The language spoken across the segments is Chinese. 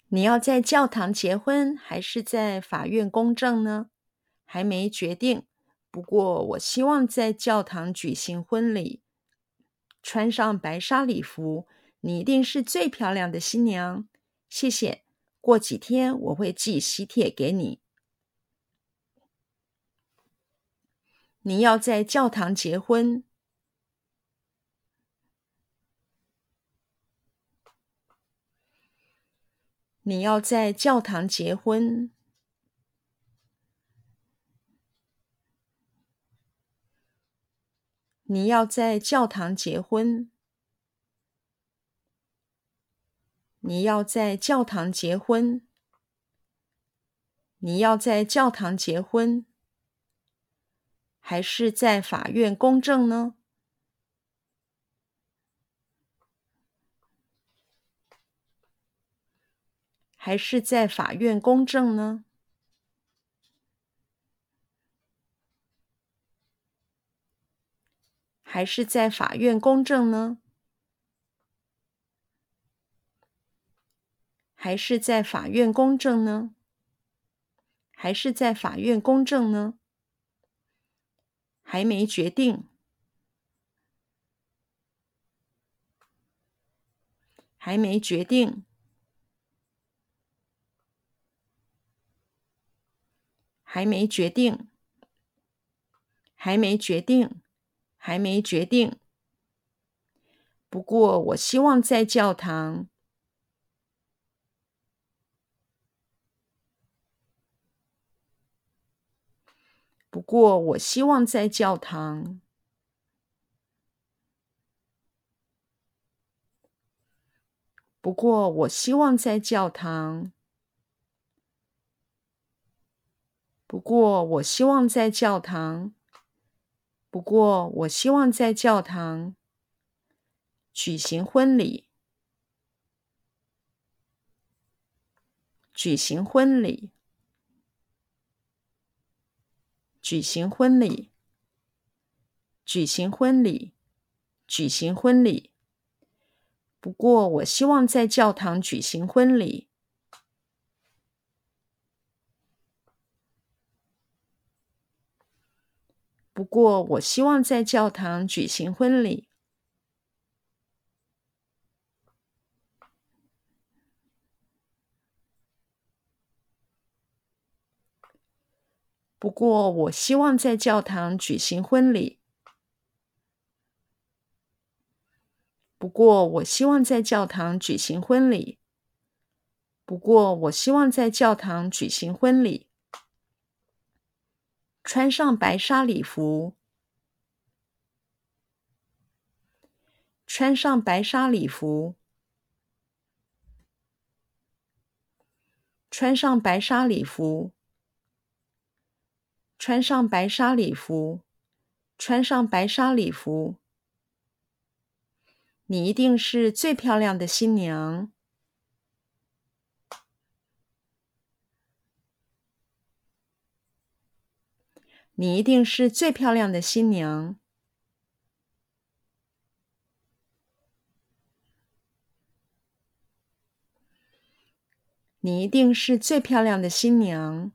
你要在教堂结婚还是在法院公证呢？还没决定，不过我希望在教堂举行婚礼，穿上白纱礼服，你一定是最漂亮的新娘。谢谢，过几天我会寄喜帖给你。你要在教堂结婚。你要在教堂结婚。你要在教堂结婚。你要在教堂结婚。你要在教堂结婚，还是在法院公证呢？还是在法院公证呢？还是在法院公证呢？还是在法院公证呢？还是在法院公证呢？还没决定。还没决定。还没决定。还没决定。还没决定。不过我希望在教堂。不过我希望在教堂。不过我希望在教堂。不过我希望在教堂。不过我希望在教堂举行婚礼。举行婚礼。举行婚礼。举行婚礼。举行婚礼。不过我希望在教堂举行婚礼。不过我希望在教堂举行婚礼。不过我希望在教堂举行婚礼。不过我希望在教堂举行婚礼。不过我希望在教堂举行婚礼。穿上白纱礼服。穿上白纱礼服。穿上白纱礼服。穿上白纱礼服。穿上白纱礼服。你一定是最漂亮的新娘。你一定是最漂亮的新娘。你一定是最漂亮的新娘。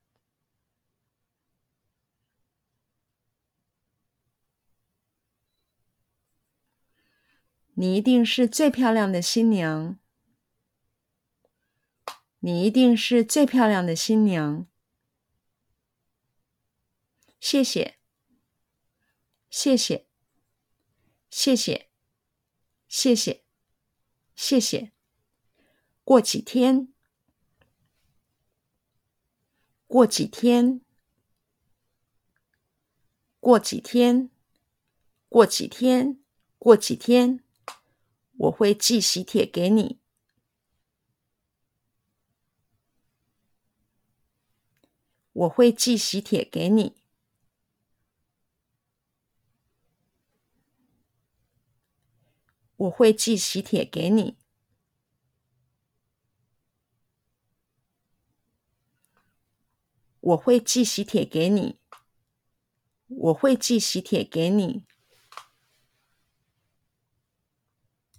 你一定是最漂亮的新娘。你一定是最漂亮的新娘。谢谢。谢谢。谢谢。谢谢。谢谢。过几天。过几天。过几天。过几天。过几天。我会寄喜帖给你。我会寄喜帖给你。我会寄喜帖给你。我会寄喜帖给你。我会寄喜帖给你。